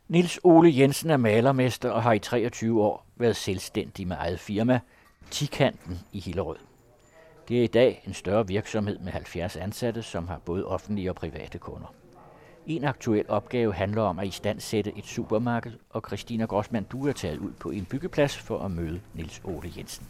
Niels Ole Jensen er malermester og har i 23 år været selvstændig med eget firma, Tikanten i Hillerød. Det er i dag en større virksomhed med 70 ansatte, som har både offentlige og private kunder. En aktuel opgave handler om at istandsætte et supermarked, og Christina Grossmann, du er taget ud på en byggeplads for at møde Niels Ole Jensen.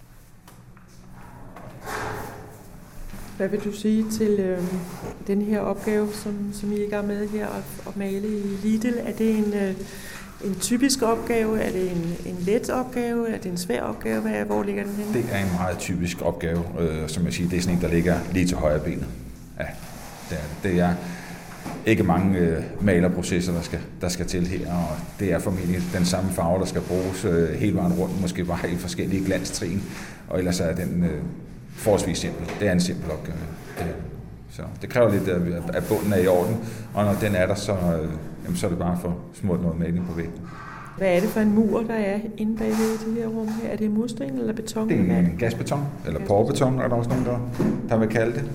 Hvad vil du sige til den her opgave, som I er i gang med her at male i Lidl? Er det en typisk opgave? Er det en let opgave? Er det en svær opgave? Hvor ligger den henne? Det er en meget typisk opgave, som jeg siger. Det er sådan en, der ligger lige til højre benet. Ja, det er ikke mange malerprocesser, der skal til her, og det er formentlig den samme farve, der skal bruges hele vejen rundt, måske bare i forskellige glanstrin, og ellers er den forholdsvis simpel. Det er en simpel opgave. Så det kræver lidt, at bunden er i orden, og når den er der, så er det bare for smurt noget maling på væggen. Hvad er det for en mur, der er inde bagved i det her rum her? Er det mursten eller beton? Det er en gasbeton, eller porbeton, er der også nogen, der vil kalde det.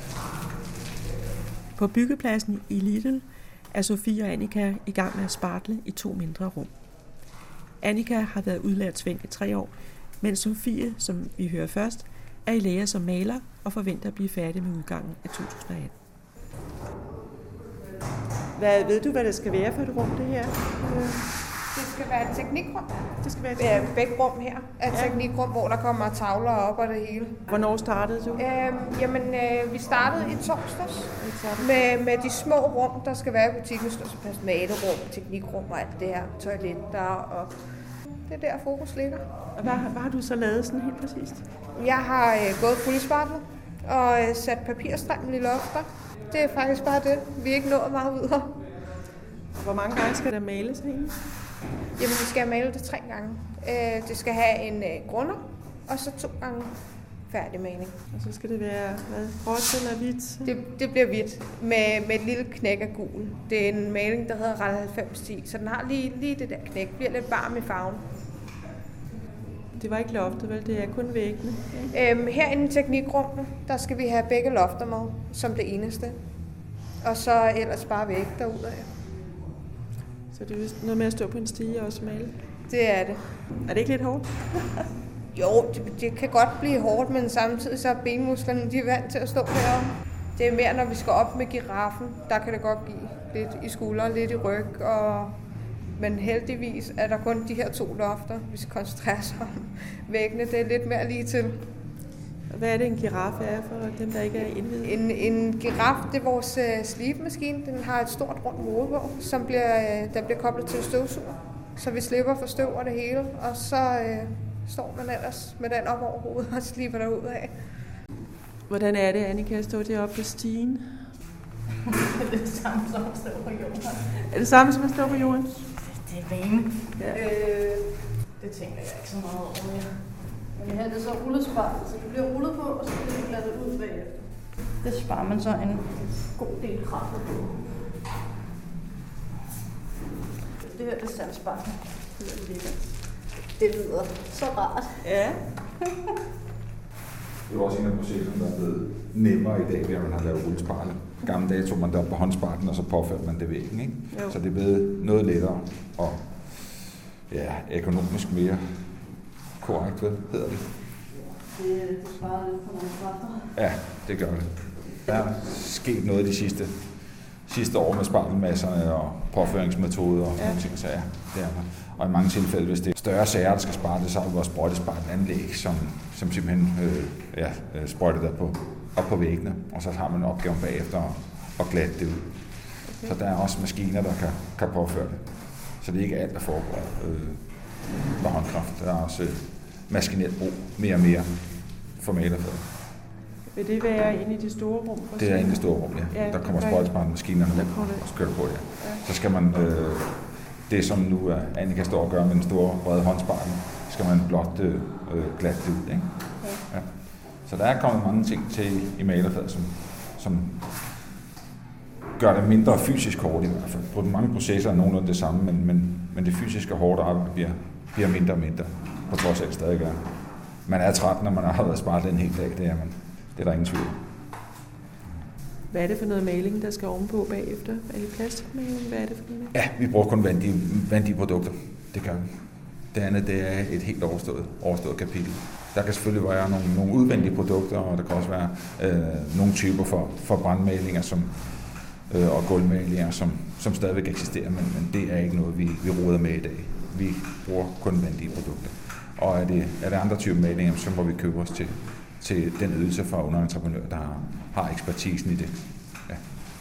På byggepladsen i Lidl er Sofie og Annika i gang med at spartle i 2 mindre rum. Annika har været udlært svend i 3 år, mens Sofie, som vi hører først, er i lære som maler og forventer at blive færdig med udgangen af 2018. Ved du, hvad det skal være for et rum, det her? Det skal være et teknikrum. Det skal være begge rum her er et teknikrum, hvor der kommer tavler op og det hele. Hvornår startede du? Vi startede i torsdags med de små rum, der skal være i butikken. Så personalerum, teknikrum og alt det her, toiletter og det er der fokus ligger. Og hvad har du så lavet sådan helt præcist? Jeg har gået fuldespartlet og sat papirstrømmen i lofter. Det er faktisk bare det. Vi er ikke nået meget videre. Hvor mange gange skal der males herinde? Jamen, vi skal male det 3 gange. Det skal have en grunder, og så 2 gange færdigmaling. Og så skal det være gråt eller hvidt? Det bliver hvidt med et lille knæk af gul. Det er en maling, der hedder RAL 9010, så den har lige det der knæk. Bliver lidt varm i farven. Det var ikke loftet, vel? Det er kun væggene? Herinde i teknikrummet, der skal vi have begge lofter med, som det eneste. Og så ellers bare vægge derudad. Så det er noget med at stå på en stige og også male? Det er det. Er det ikke lidt hårdt? Jo, det kan godt blive hårdt, men samtidig så er benmusklerne, de er vant til at stå deroppe. Det er mere, når vi skal op med giraffen, der kan det godt give lidt i skuldre, lidt i ryg. Men heldigvis er der kun de her 2 lofter, vi skal koncentrere os om. Væggene, det er lidt mere lige til. Hvad er det, en giraffe er for dem, der ikke er indvidet? En giraf, det er vores slibemaskine. Den har et stort rundt hoved på, der bliver koblet til støvsuger. Så vi slipper for støv og det hele, og så står man ellers med den op over hovedet og slipper derud af. Hvordan er det, Annika, at stå deroppe på stigen? Det er det samme som at stå på jorden. Er det samme som at stå på jorden? Det er rene. Ja. Det tænker jeg ikke så meget over. Men her er det så rullespart, så det bliver rullet på, og så bliver det glattet ud bagefter. Det sparer man så en god del kraft på. Det her er sandsparken. Det lyder så rart. Ja. Det er også en af processerne, der er blevet nemmere i dag, ved at man har lavet rullesparten. I gamle dage tog man det op på håndsparten, og så påførte man det væggen, ikke? Så det er blevet noget lettere og økonomisk mere korrekt, hvad hedder det? Det sparer lidt på nogle kræfter. Ja, det gør det. Der er sket noget de sidste år med spartelmasserne og påføringsmetoder og sådan ting, så ja, det er der. Og i mange tilfælde, hvis det er større sager, der skal sparte, så har vi også sprøjtespartelanlæg, som simpelthen sprøjter der op på væggene, og så har man opgaven bagefter at glatte det ud. Okay. Så der er også maskiner, der kan påføre det. Så det er ikke alt, der foregår på håndkraft. Der er også maskinelt brug mere og mere for malerfaget. Vil det være inde i de store rum? Det er inde i de store rum, ja. Der kommer sprøjtespartemaskinerne med og kører på, ja. Så skal man, det som nu Annika står og gør med den store brede håndsparten, skal man blot glatte det ud, ikke? Ja. Så der er kommet mange ting til i malerfaget, som gør det mindre fysisk hårdt i hvert fald. På mange processer er nogenlunde det samme, men det fysiske hårde arbejde bliver mindre og mindre, på trods af det stadig er. Man er træt, når man har været spartlet en hel dag, det er man. Det er der ingen tvivl. Hvad er det for noget maling, der skal ovenpå bagefter? Er det plastikmaling? Hvad er det for noget? Ja, vi bruger kun vandige produkter. Det gør vi. Det andet, det er et helt overstået kapitel. Der kan selvfølgelig være nogle udvendige produkter, og der kan også være nogle typer for brandmalinger og gulvmalinger, som stadigvæk eksisterer, men det er ikke noget, vi roder med i dag. Vi bruger kun vandige produkter. Og er det andre typer malinger, så må vi købe os til den ydelse fra underentreprenører, der har ekspertisen i det. Ja.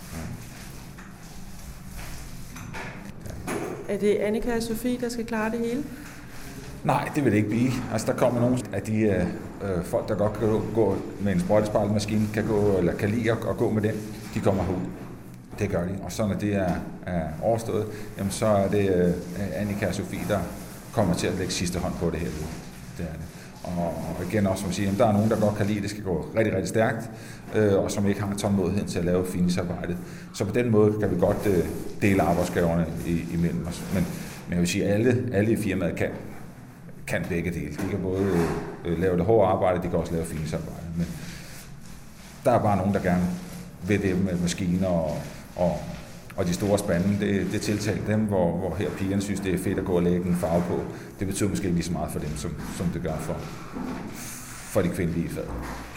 Er det Annika og Sofie, der skal klare det hele? Nej, det vil det ikke blive. Altså, der kommer nogle af de folk, der godt kan gå med en sprøjtespejlmaskine, kan lide at gå med den, de kommer herud. Det gør de. Og så når det er overstået, jamen, så er det Annika og Sofie, der kommer til at lægge sidste hånd på det her. Det er det. Og igen også, som siger, der er nogen, der godt kan lide, at det skal gå rigtig, rigtig stærkt, og som ikke har tålmodigheden til at lave finisarbejdet. Så på den måde kan vi godt dele arbejdsgaverne imellem os. Men jeg vil sige, at alle i firmaet kan begge dele. De kan både lave det hårde arbejde, de kan også lave finisarbejde. Men der er bare nogen, der gerne vil det med maskiner og de store spande. Det tiltaler dem, hvor her pigerne synes, det er fedt at gå og lægge en farve på. Det betyder måske ikke lige så meget for dem, som det gør for de kvindelige fag.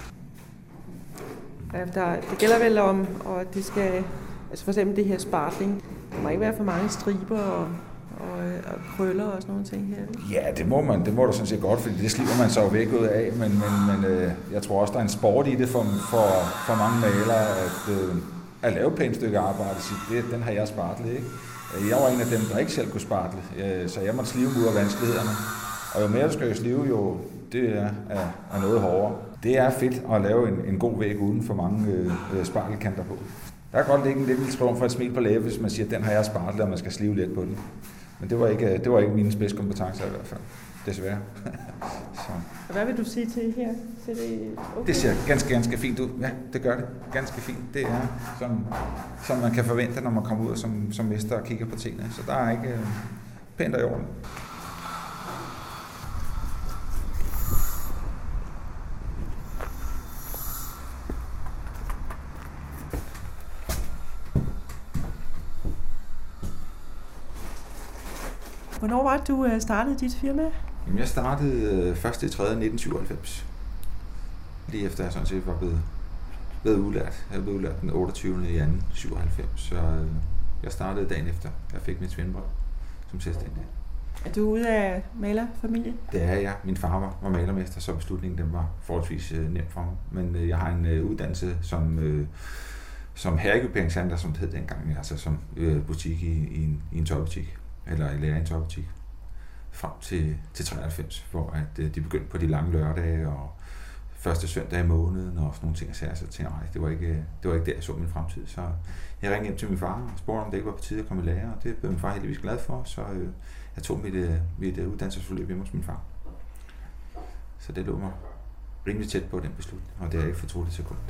Ja, det gælder vel om, at det skal, altså for eksempel det her spartling, der må ikke være for mange striber og krøller og sådan nogle ting her. Ja, det må du sådan set godt, fordi det slipper man så jo væk ud af, men jeg tror også, der er en sport i det for mange malere, at lave et pænt stykke arbejde. Den har jeg spartlet, ikke? Jeg var en af dem, der ikke selv kunne spartle, så jeg måtte slive ud af vanskelighederne. Og jo mere du skal slive, jo det er noget hårdere. Det er fedt at lave en god væg uden for mange spartelkanter på. Der kan godt ligge en lidt triumf for et smil på læben, hvis man siger, at den har jeg spartlet, og man skal slive lidt på den. Men det var ikke mine spidskompetencer i hvert fald, desværre. Så. Og hvad vil du sige til her? Okay? Det ser ganske fint ud. Ja, det gør det. Ganske fint. Det er, som man kan forvente, når man kommer ud som mester og kigger på tingene. Så der er ikke pænt og i orden. Hvornår var det, du startede dit firma? Jamen, jeg startede 1.3.1997. Lige efter jeg sådan set var blevet udlært. Jeg blev udlært den 28.2.97, så jeg startede dagen efter. Jeg fik mit svendebrev som selvstændig. Er du ude af malerfamilie? Det er jeg. Min far var malermester, så beslutningen den var forholdsvis nem for mig. Men jeg har en uddannelse som herreekviperingshandler, som det hed dengang, altså som butik i en tøjbutik. Eller i lærer i en tøjbutik, frem til 93, hvor at de begyndte på de lange lørdage og første søndag i måneden og sådan nogle ting. Så jeg tænkte, nej, det var ikke der, jeg så min fremtid. Så jeg ringede hjem til min far og spurgte, om det ikke var på tide at komme i lære, og det blev min far heldigvis glad for, så jeg tog mit uddannelsesforløb hjemme hos min far. Så det lå mig rimelig tæt på den beslutning, og det har jeg ikke fortrudt et sekund.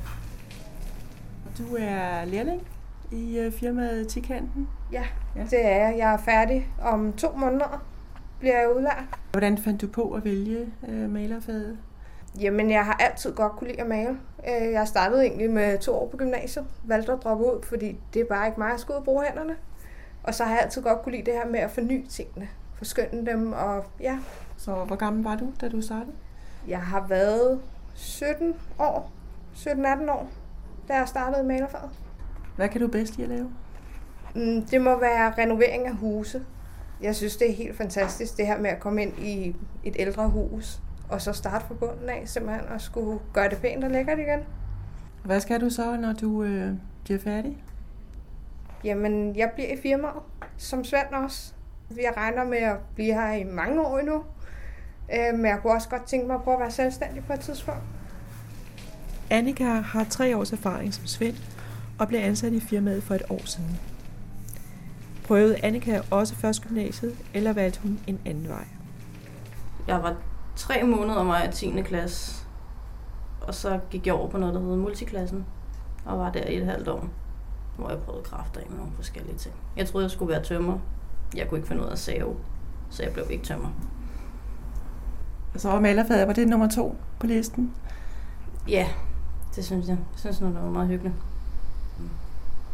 Du er lærling i firmaet Tikanten? Ja, det er jeg. Jeg er færdig om 2 måneder, bliver jeg udlært. Hvordan fandt du på at vælge malerfaget? Jamen, jeg har altid godt kunne lide at male. Jeg startede egentlig med 2 år på gymnasiet, valgte at droppe ud, fordi det er bare ikke mig, jeg skal ud og bruge hænderne. Og så har jeg altid godt kunne lide det her med at forny tingene, forskønne dem, og ja. Så hvor gammel var du, da du startede? Jeg har været 17 år, 17-18 år, da jeg startede malerfaget. Hvad kan du bedst lide at lave? Det må være renovering af huse. Jeg synes, det er helt fantastisk, det her med at komme ind i et ældre hus, og så starte fra bunden af, simpelthen, og skulle gøre det pænt og lækkert igen. Hvad skal du så, når du bliver færdig? Jamen, jeg bliver i firmaet, som Svend også. Jeg regner med at blive her i mange år endnu, men jeg kunne også godt tænke mig at prøve at være selvstændig på et tidspunkt. Annika har 3 års erfaring som Svend, og blev ansat i firmaet for 1 år siden. Prøvede Annika også først gymnasiet, eller valgte hun en anden vej? Jeg var 3 måneder mig i 10. klasse, og så gik jeg over på noget, der hedder multiklassen, og var der i 1,5 år, hvor jeg prøvede kræfter med nogle forskellige ting. Jeg troede, jeg skulle være tømrer. Jeg kunne ikke finde ud af at save, så jeg blev ikke tømrer. Og så var malerfaget, var det nummer 2 på listen? Ja, det synes jeg. Jeg synes, det var meget hyggeligt.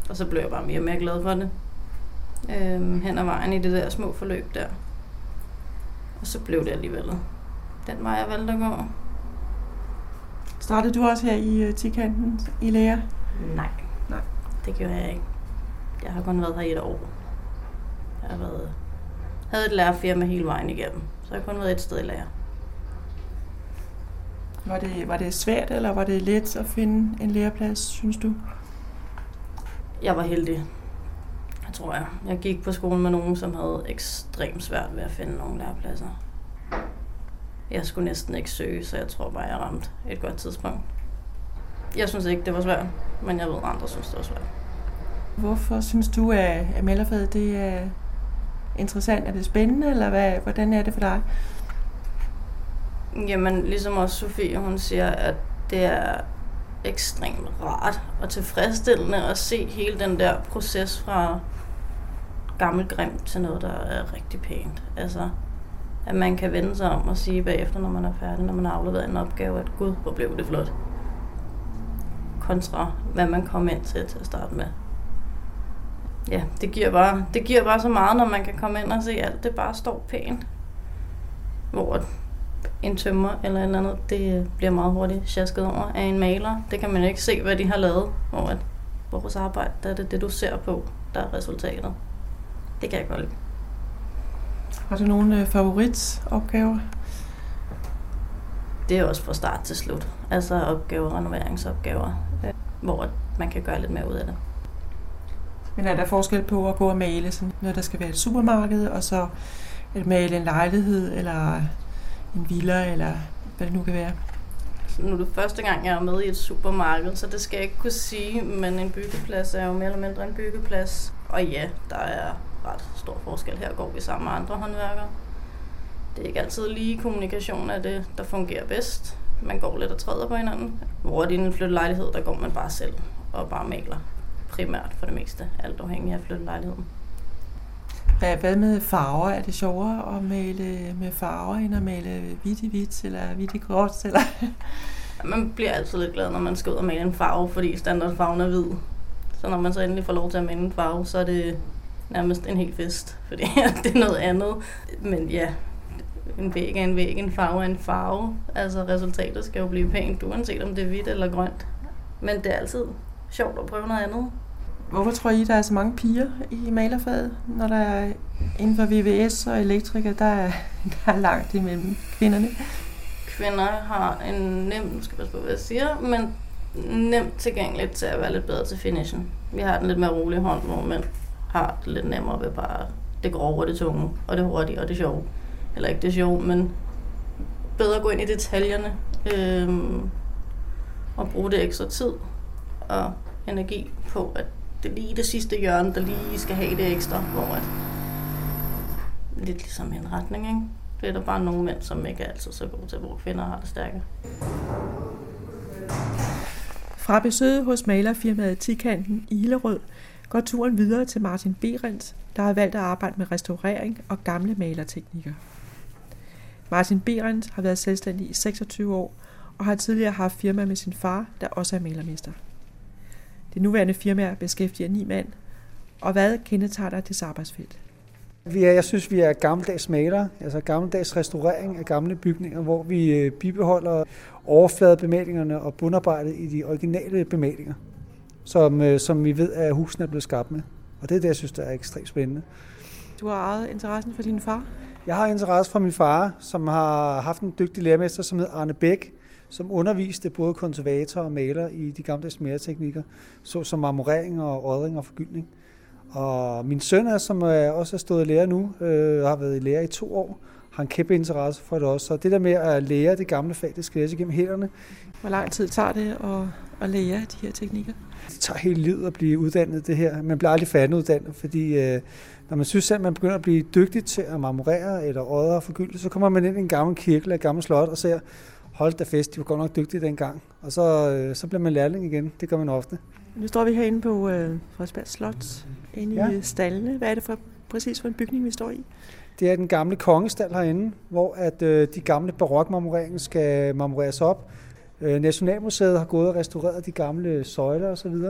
Og så blev jeg bare mere og mere glad for det. Hen ad vejen i det der små forløb der. Og så blev det alligevel den vej, jeg valgte at gå. Startede du også her i Tikanten i lære? Nej, det gjorde jeg ikke. Jeg har kun været her i et år. Jeg havde et lærerfirma hele vejen igennem, så jeg har kun været et sted i lære. Var det svært, eller var det let at finde en læreplads, synes du? Jeg var heldig, tror jeg. Jeg gik på skolen med nogen, som havde ekstremt svært ved at finde nogle lærepladser. Jeg skulle næsten ikke søge, så jeg tror bare, jeg ramte et godt tidspunkt. Jeg synes ikke, det var svært, men jeg ved, andre synes, det var svært. Hvorfor synes du, at malerfaget det er interessant? Er det spændende, eller hvordan er det for dig? Jamen, ligesom også Sofie, hun siger, at det er ekstremt rart og tilfredsstillende at se hele den der proces fra gammelt grimt til noget, der er rigtig pænt. Altså, at man kan vende sig om og sige bagefter, når man er færdig, når man har afleveret en opgave, at gud, hvor blev det flot. Kontra, hvad man kom ind til at starte med. Ja, det giver bare så meget, når man kan komme ind og se, at alt det bare står pænt. Hvor en tømmer eller et eller andet, det bliver meget hurtigt sjasket over af en maler. Det kan man ikke se, hvad de har lavet. Hvor at vores arbejde, der er det, du ser på, der er resultatet. Det kan jeg godt lide. Har du nogle favoritopgaver? Det er også fra start til slut. Altså opgaver, renoveringsopgaver, hvor man kan gøre lidt mere ud af det. Men er der forskel på at gå og male sådan noget, der skal være et supermarked, og så at male en lejlighed, eller en villa, eller hvad det nu kan være? Nu er det første gang, jeg er med i et supermarked, så det skal jeg ikke kunne sige, men en byggeplads er jo mere eller mindre en byggeplads. Og ja, der er ret stor forskel. Her går vi sammen med andre håndværkere. Det er ikke altid lige kommunikation af det, der fungerer bedst. Man går lidt og træder på hinanden. Hvor i en flyttelejlighed, der går man bare selv og bare maler. Primært for det meste, alt afhængig af flyttelejligheden. Hvad med farver? Er det sjovere at male med farver, end at male hvidt i hvidt, eller hvidt i gråt? Eller? Man bliver altid lidt glad, når man skal ud og male en farve, fordi standardfarven er hvid. Så når man så endelig får lov til at male en farve, så er det nærmest en hel fest, fordi det er noget andet. Men ja, en væg er en væg, en farve er en farve. Altså resultatet skal jo blive pænt, uanset om det er hvidt eller grønt. Men det er altid sjovt at prøve noget andet. Hvorfor tror I, der er så mange piger i malerfaget, når der er inden for VVS og elektriker, der er langt imellem kvinderne? Kvinder har en nem, skal passe på, hvad jeg siger, men nemt tilgængeligt til at være lidt bedre til finishen. Vi har den lidt mere rolige hånd, hvor mænd har det lidt nemmere ved bare det grove og det tunge, og det hurtige og det sjove. Eller ikke det sjove, men bedre gå ind i detaljerne og bruge det ekstra tid og energi på, at det er lige det sidste hjørne, der lige skal have det ekstra, hvor at lidt ligesom en retning, ikke? Det er der bare nogle mænd, som ikke er altid så gode til, hvor kvinder har det stærkere. Fra besøget hos malerfirmaet Tikanten i Hillerød går turen videre til Martin Behrens, der har valgt at arbejde med restaurering og gamle malerteknikker. Martin Behrens har været selvstændig i 26 år og har tidligere haft firma med sin far, der også er malermester. Det nuværende firma beskæftiger 9 mand, og hvad kendetegner dets arbejdsfelt? Jeg synes, vi er gammeldags malere, altså gammeldags restaurering af gamle bygninger, hvor vi bibeholder overfladebemalingerne og bundarbejdet i de originale bemalinger, som vi ved, at husene er blevet skabt med. Og det er det, jeg synes, der er ekstremt spændende. Du har ejet interessen for din far? Jeg har interesse for min far, som har haft en dygtig lærermester, som hed Arne Bæk, som underviste både konservator og maler i de gammeldags malerteknikker, såsom marmorering og odring og forgyldning. Og min søn, som også er stået i lære nu, har været i lære i 2 år, har en kæmpe interesse for det også. Så det der med at lære det gamle fag, det skal læse igennem hænderne. Hvor lang tid tager det at lære de her teknikker? Det tager hele livet at blive uddannet det her. Man bliver aldrig færdiguddannet, fordi når man synes at man begynder at blive dygtig til at marmorere eller odre og forgylde, så kommer man ind i en gammel kirke eller et gammelt slot og ser, hold da fest, de var godt nok dygtige dengang. Og så bliver man lærling igen. Det gør man ofte. Nu står vi herinde på Frederiksberg Slot, inde i stallene. Hvad er det præcis for en bygning, vi står i? Det er den gamle kongestald herinde, hvor at de gamle barokmarmoreringer skal marmoreres op. Nationalmuseet har gået og restaureret de gamle søjler osv.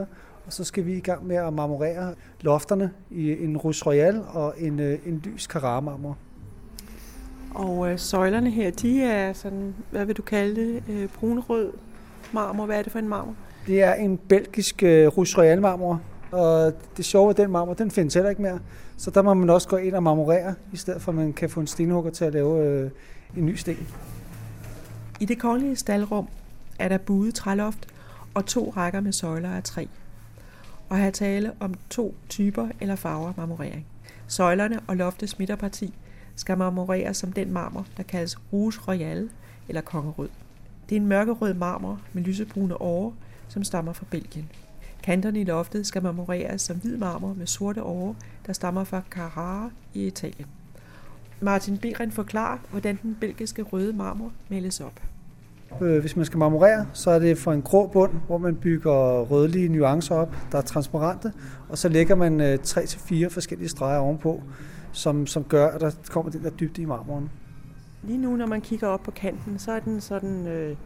Og så skal vi i gang med at marmorere lofterne i en Rouge Royale og en lys Carrara-marmor. Og søjlerne her, de er sådan, hvad vil du kalde det, brunrød marmor. Hvad er det for en marmor? Det er en belgisk Rouge Royale marmor, og det sjove af den marmor, den findes heller ikke mere. Så der må man også gå ind og marmorere, i stedet for at man kan få en stenhugger til at lave en ny sten. I det kongelige staldrum er der buet træloft og 2 rækker med søjler af træ. Og her tale om 2 typer eller farver marmorering. Søjlerne og loftets midterparti skal marmoreres som den marmor, der kaldes Rouge Royale eller kongerød. Det er en mørkerød marmor med lysebrune årer, som stammer fra Belgien. Kanterne i loftet skal marmoreres som hvid marmor med sorte årer, der stammer fra Carrara i Italien. Martin Behren forklarer, hvordan den belgiske røde marmor males op. Hvis man skal marmorere, så er det for en grå bund, hvor man bygger rødlige nuancer op, der er transparente, og så lægger man 3-4 forskellige streger ovenpå, som gør, at der kommer den der dybde i marmoren. Lige nu, når man kigger op på kanten, så er den sådan,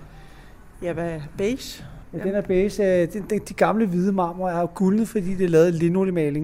beige. Ja, den er beige. De gamle hvide marmor er jo guldne, fordi det er lavet i linoliemaling.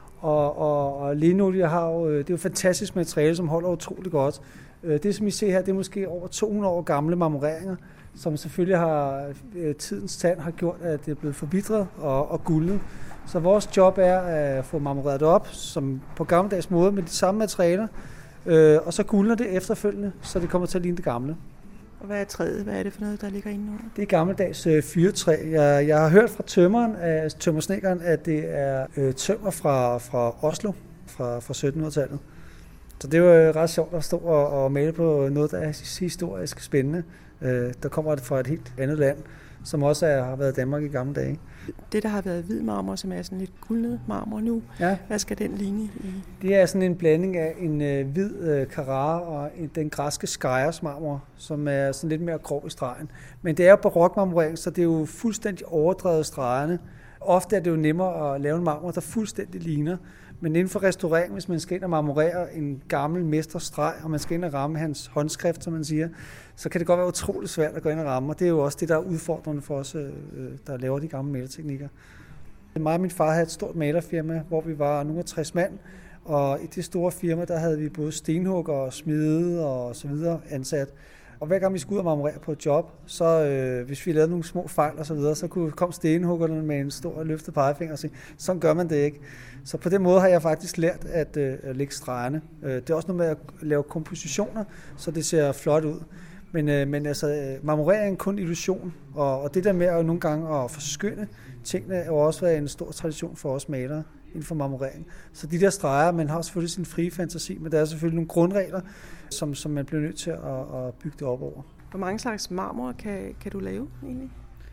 Og linolie det er jo et fantastisk materiale, som holder utroligt godt. Det, som I ser her, det er måske over 200 år gamle marmoreringer, som selvfølgelig har tidens tand har gjort, at det er blevet forbitret og guldnet. Så vores job er at få marmoreret det op, som på gammeldags måde med de samme materialer, og så guldner det efterfølgende, så det kommer til at ligne det gamle. Og hvad er træet? Hvad er det for noget, der ligger inde under? Det er gammeldags fyrretræ. Jeg har hørt fra tømmersnedkeren, at det er tømmer fra Oslo fra 1700-tallet. Så det er jo ret sjovt at stå og male på noget, der er historisk spændende. Der kommer det fra et helt andet land, som også har været Danmark i gamle dage. Det, der har været hvid marmor, som er sådan lidt guldnet marmor nu, ja. Hvad skal den ligne i? Det er sådan en blanding af en hvid Carrara og den græske Skyers marmor, som er sådan lidt mere grov i stregen. Men det er jo barokmarmorering, så det er jo fuldstændig overdrevet stregerne. Ofte er det jo nemmere at lave en marmor, der fuldstændig ligner. Men inden for restaurering, hvis man skal ind og marmorere en gammel mesters streg, og man skal ind og ramme hans håndskrift, som man siger, så kan det godt være utroligt svært at gå ind og ramme. Og det er jo også det, der er udfordrende for os, der laver de gamle malerteknikker. Mig og min far havde et stort malerfirma, hvor vi var nogle 60 mand. Og i det store firma, der havde vi både stenhugger og smede og så videre ansat. Og hver gang vi skulle ud og marmorere på et job, så hvis vi lavede nogle små fejl og så videre, så kom stenhuggerne med en stor løftet pegefinger og sige, sådan gør man det ikke. Så på den måde har jeg faktisk lært at lægge stregerne. Det er også noget med at lave kompositioner, så det ser flot ud. Men altså, marmorering er en kun illusion, og det der med at nogle gange at forskønne tingene er jo også været en stor tradition for os malere inden for marmorering. Så de der streger, man har selvfølgelig sin frie fantasi, men der er selvfølgelig nogle grundregler, som man bliver nødt til at bygge det op over. Hvor mange slags marmor kan du lave egentlig?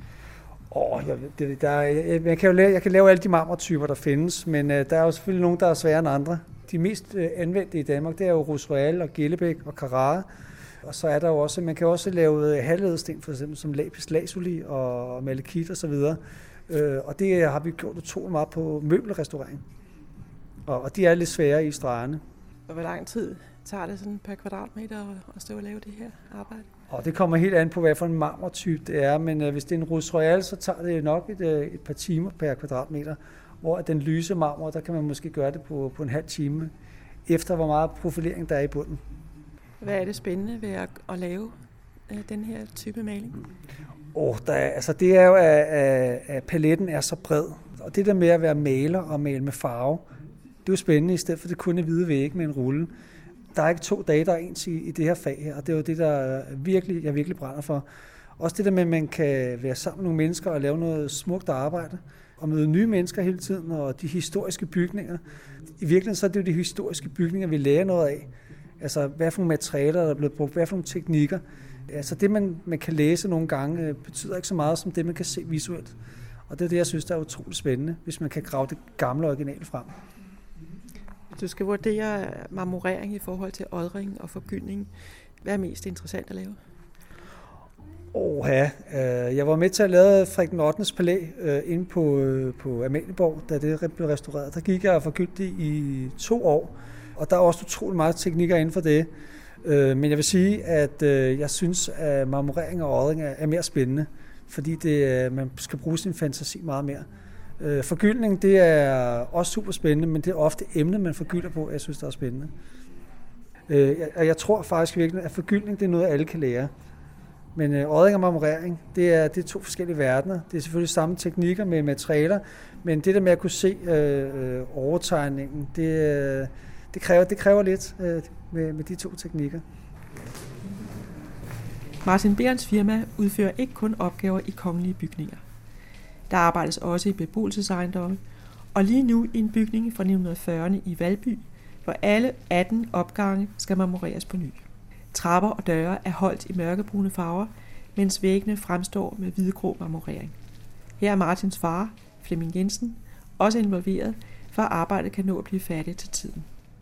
Jeg kan lave alle de marmortyper, der findes, men der er jo selvfølgelig nogle, der er sværere end andre. De mest anvendte i Danmark, det er jo Rouge Royale og Gillebæk og Carrara. Og så er der jo også, man kan også lave halvædelsten, for eksempel som lapis lazuli og malekit og så videre. Og det har vi gjort utroligt meget på møbelrestaurering. Og de er lidt svære i stregerne. Og hvor lang tid tager det sådan per kvadratmeter at stå og lave det her arbejde? Og det kommer helt an på, hvad for en marmortype det er, men hvis det er en Rouge Royale, så tager det nok et par timer per kvadratmeter, hvor den lyse marmor, der kan man måske gøre det på en halv time, efter hvor meget profilering der er i bunden. Hvad er det spændende ved at lave den her type maling? Det er jo, at paletten er så bred, og det der med at være maler og male med farve, det er jo spændende, i stedet for det kun er hvide vægge med en rulle. Der er ikke 2 dage, der er ens i det her fag her, og det er jo det, jeg virkelig brænder for. Også det der med, at man kan være sammen med nogle mennesker og lave noget smukt arbejde, og møde nye mennesker hele tiden, og de historiske bygninger. I virkeligheden så er det jo de historiske bygninger, vi lærer noget af. Altså, hvad for nogle materialer, der er blevet brugt, hvad for nogle teknikker. Altså, det man kan læse nogle gange, betyder ikke så meget som det, man kan se visuelt. Og det er det, jeg synes, der er utroligt spændende, hvis man kan grave det gamle originale frem. Du skal vurdere marmorering i forhold til oddring og forgyldning. Hvad er mest interessant at lave? Jeg var med til at lave Frederik den 8. palæ inde på Amalieborg, da det blev restaureret. Der gik jeg og forgyldte i 2 år, og der er også utrolig meget teknikker inden for det. Men jeg vil sige, at jeg synes, at marmorering og oddring er mere spændende, fordi man skal bruge sin fantasi meget mere. Forgyldning, det er også super spændende, men det er ofte emnet, man forgylder på, jeg synes, det er spændende. Jeg tror faktisk virkelig, at forgyldning, det er noget, alle kan lære. Men odding og marmorering, det er 2 forskellige verdener. Det er selvfølgelig samme teknikker med materialer, men det der med at kunne se overtegningen, det kræver lidt med de 2 teknikker. Martin Behrens firma udfører ikke kun opgaver i kongelige bygninger. Der arbejdes også i beboelsesejendomme, og lige nu i en bygning fra 1940'erne i Valby, hvor alle 18 opgange skal marmoreres på ny. Trapper og døre er holdt i mørkebrune farver, mens væggene fremstår med hvidgrå marmorering. Her er Martins far, Flemming Jensen, også involveret, for at arbejdet kan nå at blive færdigt til tiden.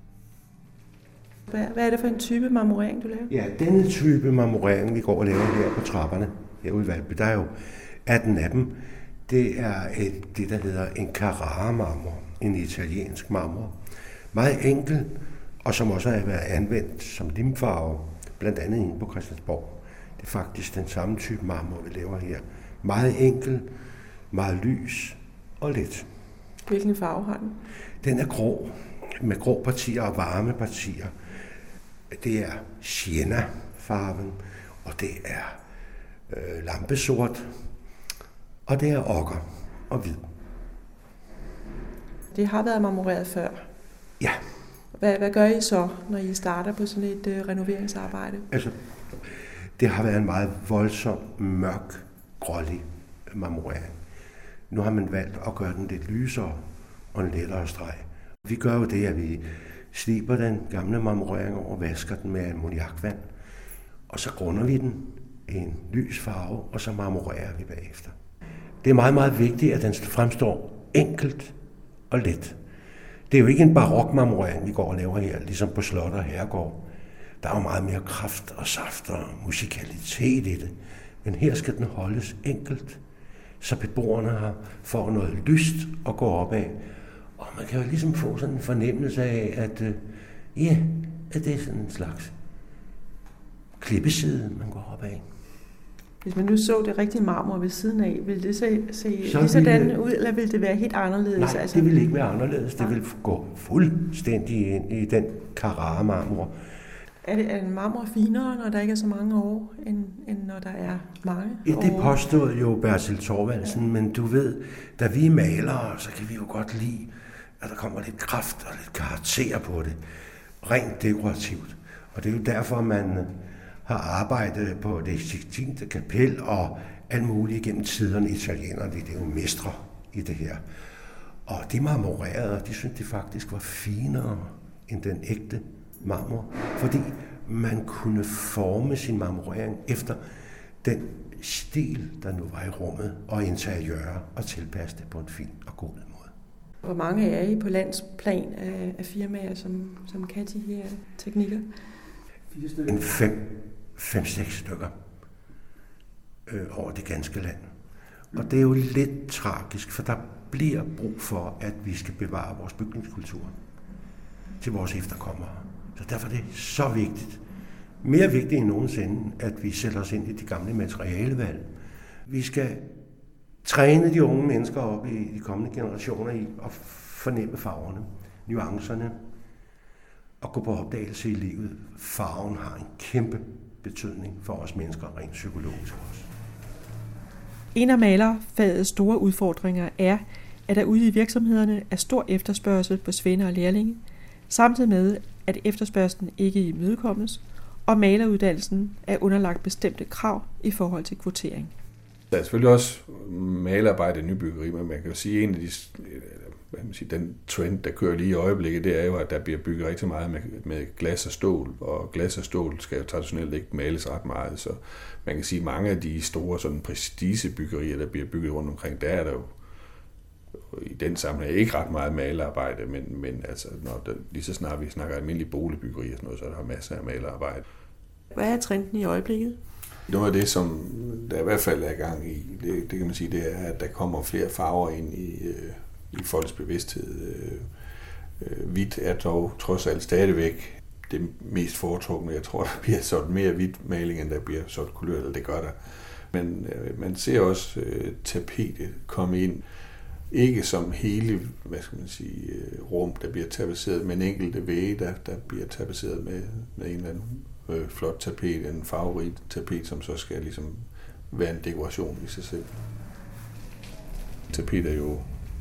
Hvad er det for en type marmorering, du laver? Ja, denne type marmorering, vi går og laver her på trapperne, herude i Valby, der er jo 18 af dem. Det er det, der hedder en Carrara-marmor, en italiensk marmor. Meget enkel, og som også har været anvendt som limfarve, blandt andet inde på Christiansborg. Det er faktisk den samme type marmor, vi laver her. Meget enkel, meget lys og let. Hvilken farve har den? Den er grå, med grå partier og varme partier. Det er sienna-farven, og det er lampesort, og det er okker og hvid. Det har været marmoreret før. Ja. Hvad gør I så, når I starter på sådan et renoveringsarbejde? Altså, det har været en meget voldsom, mørk, grålig marmorering. Nu har man valgt at gøre den lidt lysere og en lettere streg. Vi gør jo det, at vi sliber den gamle marmorering over, vasker den med ammoniakvand, og så grunder vi den i en lys farve, og så marmorerer vi bagefter. Det er meget, meget vigtigt, at den fremstår enkelt og let. Det er jo ikke en barokmarmorering, vi går og laver her, ligesom på slot og herregård. Der er jo meget mere kraft og saft og musikalitet i det. Men her skal den holdes enkelt, så beboerne får noget lyst at gå op af. Og man kan jo ligesom få sådan en fornemmelse af, at at det er sådan en slags klippeside, man går op af. Hvis man nu så det rigtige marmor ved siden af, ville det se lige sådan ud, eller ville det være helt anderledes? Nej, det ville ikke være anderledes. Det ville gå fuldstændig ind i den Carrara-marmor. Er en marmor finere, når der ikke er så mange år, end når der er mange år? Ja, det påstod jo Bertil Thorvaldsen, men du ved, da vi er malere, så kan vi jo godt lide, at der kommer lidt kraft og lidt karakter på det. Rent dekorativt. Og det er jo derfor, man har arbejdet på det Sixtine Kapel og alt muligt gennem tiderne. Italienerne, det er jo mestre i det her. Og de marmorerede, de syntes, det faktisk var finere end den ægte marmor, fordi man kunne forme sin marmorering efter den stil, der nu var i rummet, og interiører, og tilpasse det på en fin og god måde. Hvor mange er I på landsplan af firmaer, som kan de her teknikker? En 5-6 stykker over det ganske land. Og det er jo lidt tragisk, for der bliver brug for, at vi skal bevare vores bygningskultur til vores efterkommere. Så derfor er det så vigtigt, mere vigtigt end nogensinde, at vi sætter os ind i de gamle materialevalg. Vi skal træne de unge mennesker op i de kommende generationer i at fornemme farverne, nuancerne og gå på opdagelse i livet. Farven har en kæmpe betydning for os mennesker, rent psykologisk også. En af malerfagets store udfordringer er, at der ude i virksomhederne er stor efterspørgsel på svende og lærlinge, samtidig med, at efterspørgslen ikke imødekommes, og maleruddannelsen er underlagt bestemte krav i forhold til kvotering. Der er selvfølgelig også malerarbejde i nybyggeri, men man kan jo sige, at en af de, den trend, der kører lige i øjeblikket, det er jo, at der bliver bygget rigtig meget med glas og stål, og glas og stål skal jo traditionelt ikke males ret meget, så man kan sige, at mange af de store sådan prestigebyggerier, der bliver bygget rundt omkring, der er der jo i den sammenhæng ikke ret meget malerarbejde, men altså, lige så snart vi snakker almindelig boligbyggeri og sådan noget, så er der masser af malerarbejde. Hvad er trenden i øjeblikket? Noget af det, som der i hvert fald er i gang i, det kan man sige, det er, at der kommer flere farver ind i folks bevidsthed. Hvidt er dog trods alt stadigvæk det mest foretrukne. Jeg tror, der bliver sådan mere hvidt maling, end der bliver sådan kulør, eller det gør der. Men man ser også tapetet komme ind, ikke som hele, rum, der bliver tapetseret, men enkelte vægge, der bliver tapetseret med en eller anden flot tapet, en farverig tapet, som så skal ligesom være en dekoration i sig selv. Tapet er jo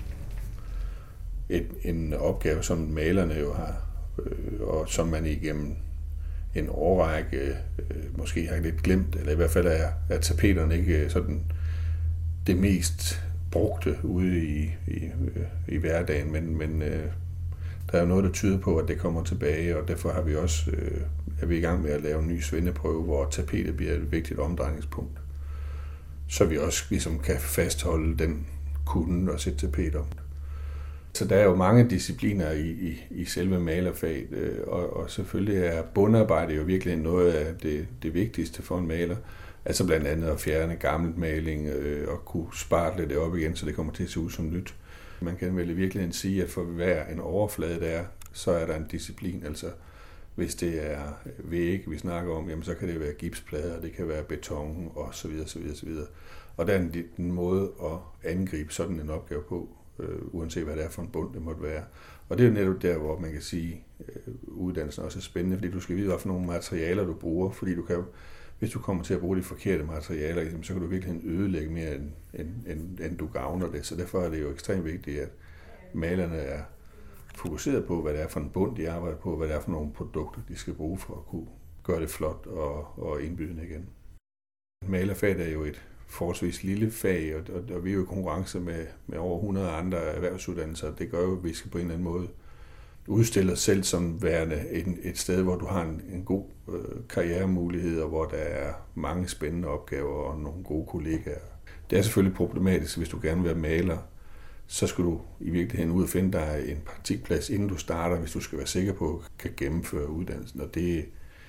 en opgave, som malerne jo har, og som man igennem en årrække måske har lidt glemt, eller i hvert fald er tapeterne ikke sådan det mest brugte ude i hverdagen, men der er jo noget, der tyder på, at det kommer tilbage, og derfor har vi også, er vi i gang med at lave en ny svendeprøve, hvor tapetet bliver et vigtigt omdrejningspunkt, så vi også ligesom kan fastholde den kunde og sætte tapet om. Så der er jo mange discipliner i selve malerfaget, og selvfølgelig er bundarbejde jo virkelig noget af det vigtigste for en maler. Altså blandt andet at fjerne gammelt maling og kunne spartle det op igen, så det kommer til at se ud som nyt. Man kan vel i virkeligheden sige, at for hver en overflade der er, så er der en disciplin. Altså hvis det er væg, vi snakker om, jamen, så kan det være gipsplader, det kan være beton og så videre, så videre, så videre. Og der er en måde at angribe sådan en opgave på, uanset hvad det er for en bund, det måtte være. Og det er jo netop der, hvor man kan sige, uddannelsen også er spændende, fordi du skal vide, hvad for nogle materialer du bruger, fordi du kan, hvis du kommer til at bruge de forkerte materialer, så kan du virkelig ødelægge mere, end du gavner det. Så derfor er det jo ekstremt vigtigt, at malerne er fokuseret på, hvad det er for en bund, de arbejder på, hvad det er for nogle produkter, de skal bruge for at kunne gøre det flot og indbydende igen. Malerfaget er jo et forholdsvis lille fag, og vi er jo i konkurrence med over 100 andre erhvervsuddannelser. Det gør jo, at vi skal på en eller anden måde udstille os selv som værende et sted, hvor du har en god karrieremulighed, og hvor der er mange spændende opgaver og nogle gode kollegaer. Det er selvfølgelig problematisk, hvis du gerne vil være maler, så skal du i virkeligheden ud og finde dig en praktikplads, inden du starter, hvis du skal være sikker på, at kan gennemføre uddannelsen. Og det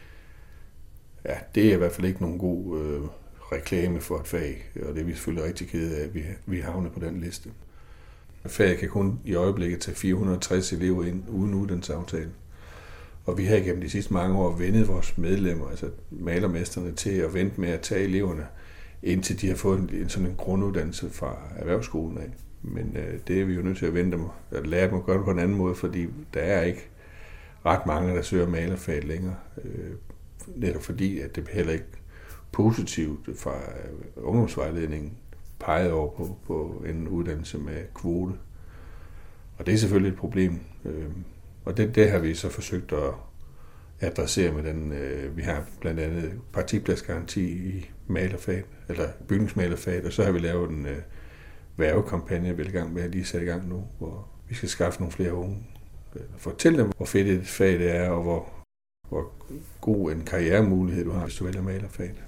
er i hvert fald ikke nogen god reklame for et fag, og det er vi selvfølgelig rigtig kede af, at vi havner på den liste. Faget kan kun i øjeblikket tage 460 elever ind uden uddannelsesaftale. Og vi har igennem de sidste mange år vendet vores medlemmer, altså malermesterne, til at vente med at tage eleverne, indtil de har fået sådan en grunduddannelse fra erhvervsskolen af. Men det er vi jo nødt til at vente dem, at lære dem at gøre det på en anden måde, fordi der er ikke ret mange, der søger malerfaget længere. Netop fordi, at det heller ikke positivt fra ungdomsvejledningen peget over på en uddannelse med kvote. Og det er selvfølgelig et problem. Og det har vi så forsøgt at adressere med den. Vi har blandt andet praktikpladsgaranti i malerfaget, eller bygningsmalerfaget, og så har vi lavet en værvekampagne, vi er i gang med at lige sætte i gang nu, hvor vi skal skaffe nogle flere unge. Fortælle dem, hvor fedt et fag det er, og hvor god en karrieremulighed du har, hvis du vælger malerfaget.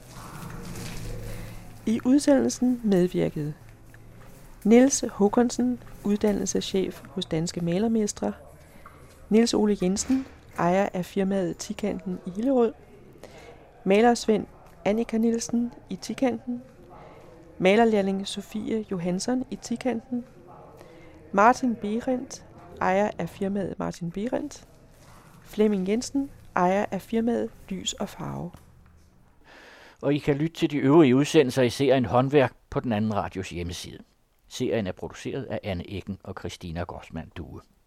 I udsendelsen medvirkede Niels Håkonsen, uddannelseschef hos Danske Malermestre, Niels Ole Jensen, ejer af firmaet Tikanten i Hillerød, malersvend Annika Nielsen i Tikanten, malerlærling Sofie Johansson i Tikanten, Martin Behrendt, ejer af firmaet Martin Behrendt, Flemming Jensen, ejer af firmaet Lys og Farve. Og I kan lytte til de øvrige udsendelser i serien Håndværk på den anden radios hjemmeside. Serien er produceret af Anne Eggen og Christina Grossmann Due.